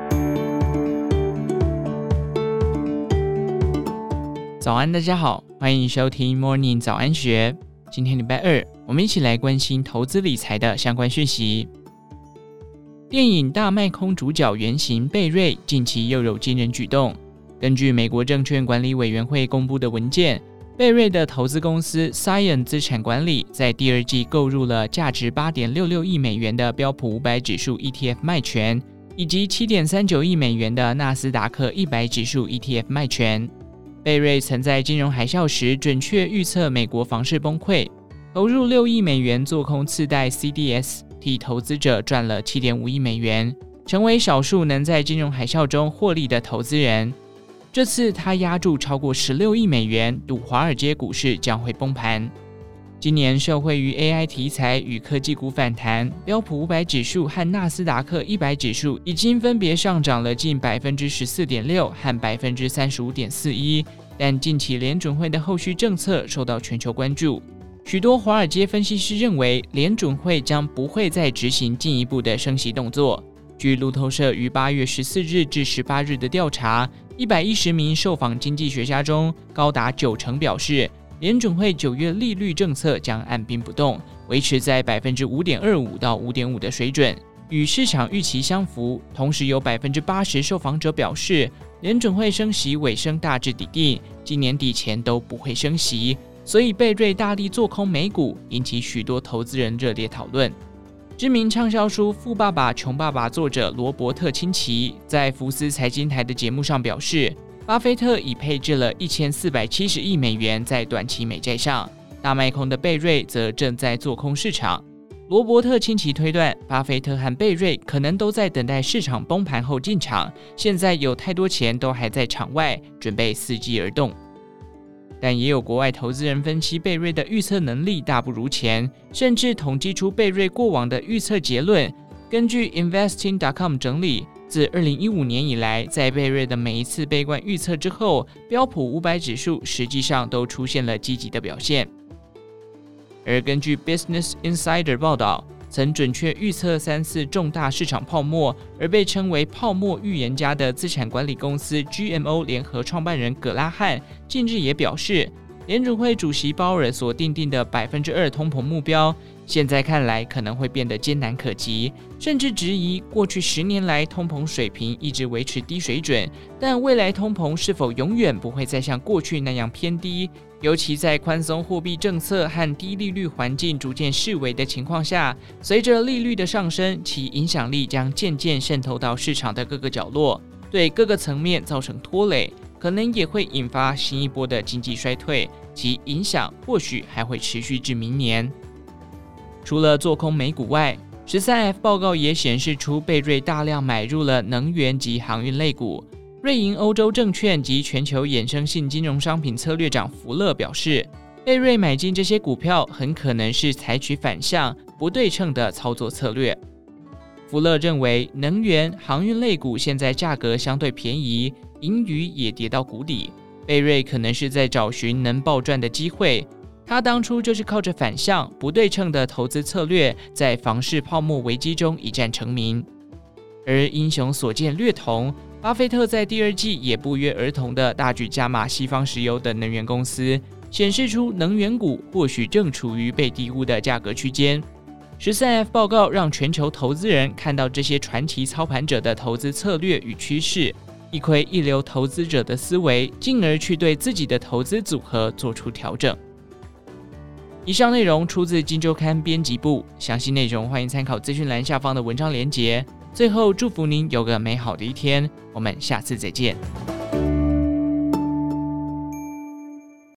早安，大家好，欢迎收听 Morning 早安学。今天礼拜二，我们一起来关心投资理财的相关讯息。电影《大卖空》主角原型贝瑞近期又有惊人举动。根据美国证券管理委员会公布的文件，贝瑞的投资公司 Scion 资产管理在第二季购入了价值 8.66 亿美元的标普500指数 ETF 卖权，以及 7.39 亿美元的纳斯达克100指数 ETF 卖权。贝瑞曾在金融海啸时准确预测美国房市崩溃，投入6亿美元做空次贷 CDS， 替投资者赚了 7.5 亿美元，成为少数能在金融海啸中获利的投资人。这次他押注超过16亿美元，赌华尔街股市将会崩盘。今年受惠于 AI 题材与科技股反弹，标普500指数和纳斯达克100指数已经分别上涨了近 14.6% 和 35.41%， 但近期联准会的后续政策受到全球关注。许多华尔街分析师认为，联准会将不会再执行进一步的升息动作。据路透社于8月14日至18日的调查，110名受访经济学家中，高达90%表示联准会9月利率政策将按兵不动，维持在 5.25% 到 5.5% 的水准，与市场预期相符。同时有 80% 受访者表示，联准会升息尾声大致底定，今年底前都不会升息，所以贝瑞大力做空美股，引起许多投资人热烈讨论。知名畅销书《富爸爸穷爸爸》作者罗伯特清崎在福斯财经台的节目上表示，巴菲特已配置了1470亿美元在短期美债上，大卖空的贝瑞则正在做空市场。罗伯特清崎推断，巴菲特和贝瑞可能都在等待市场崩盘后进场，现在有太多钱都还在场外，准备伺机而动。但也有国外投资人分析贝瑞的预测能力大不如前，甚至统计出贝瑞过往的预测结论。根据 Investing.com 整理，自2015年以来，在贝瑞的每一次悲观预测之后，标普500指数实际上都出现了积极的表现。而根据 Business Insider 报道，曾准确预测3次重大市场泡沫而被称为泡沫预言家的资产管理公司 GMO 联合创办人葛拉汉近日也表示，联准会主席鲍尔所订定的 2% 通膨目标，现在看来可能会变得艰难可及，甚至质疑过去10年来通膨水平一直维持低水准，但未来通膨是否永远不会再像过去那样偏低，尤其在宽松货币政策和低利率环境逐渐式微的情况下，随着利率的上升，其影响力将渐渐渗透到市场的各个角落，对各个层面造成拖累，可能也会引发新一波的经济衰退，其影响或许还会持续至明年。除了做空美股外，13F 报告也显示出贝瑞大量买入了能源及航运类股。瑞银欧洲证券及全球衍生性金融商品策略长福勒表示，贝瑞买进这些股票很可能是采取反向不对称的操作策略。福勒认为，能源、航运类股现在价格相对便宜，盈余也跌到谷底，贝瑞可能是在找寻能暴赚的机会。他当初就是靠着反向不对称的投资策略，在房市泡沫危机中一战成名。而英雄所见略同，巴菲特在第二季也不约而同地大举加码西方石油等能源公司，显示出能源股或许正处于被低估的价格区间。13F 报告让全球投资人看到这些传奇操盘者的投资策略与趋势，一窥一流投资者的思维，进而去对自己的投资组合做出调整。以上内容出自《今周刊》编辑部，详细内容欢迎参考资讯栏下方的文章连结。最后，祝福您有个美好的一天，我们下次再见。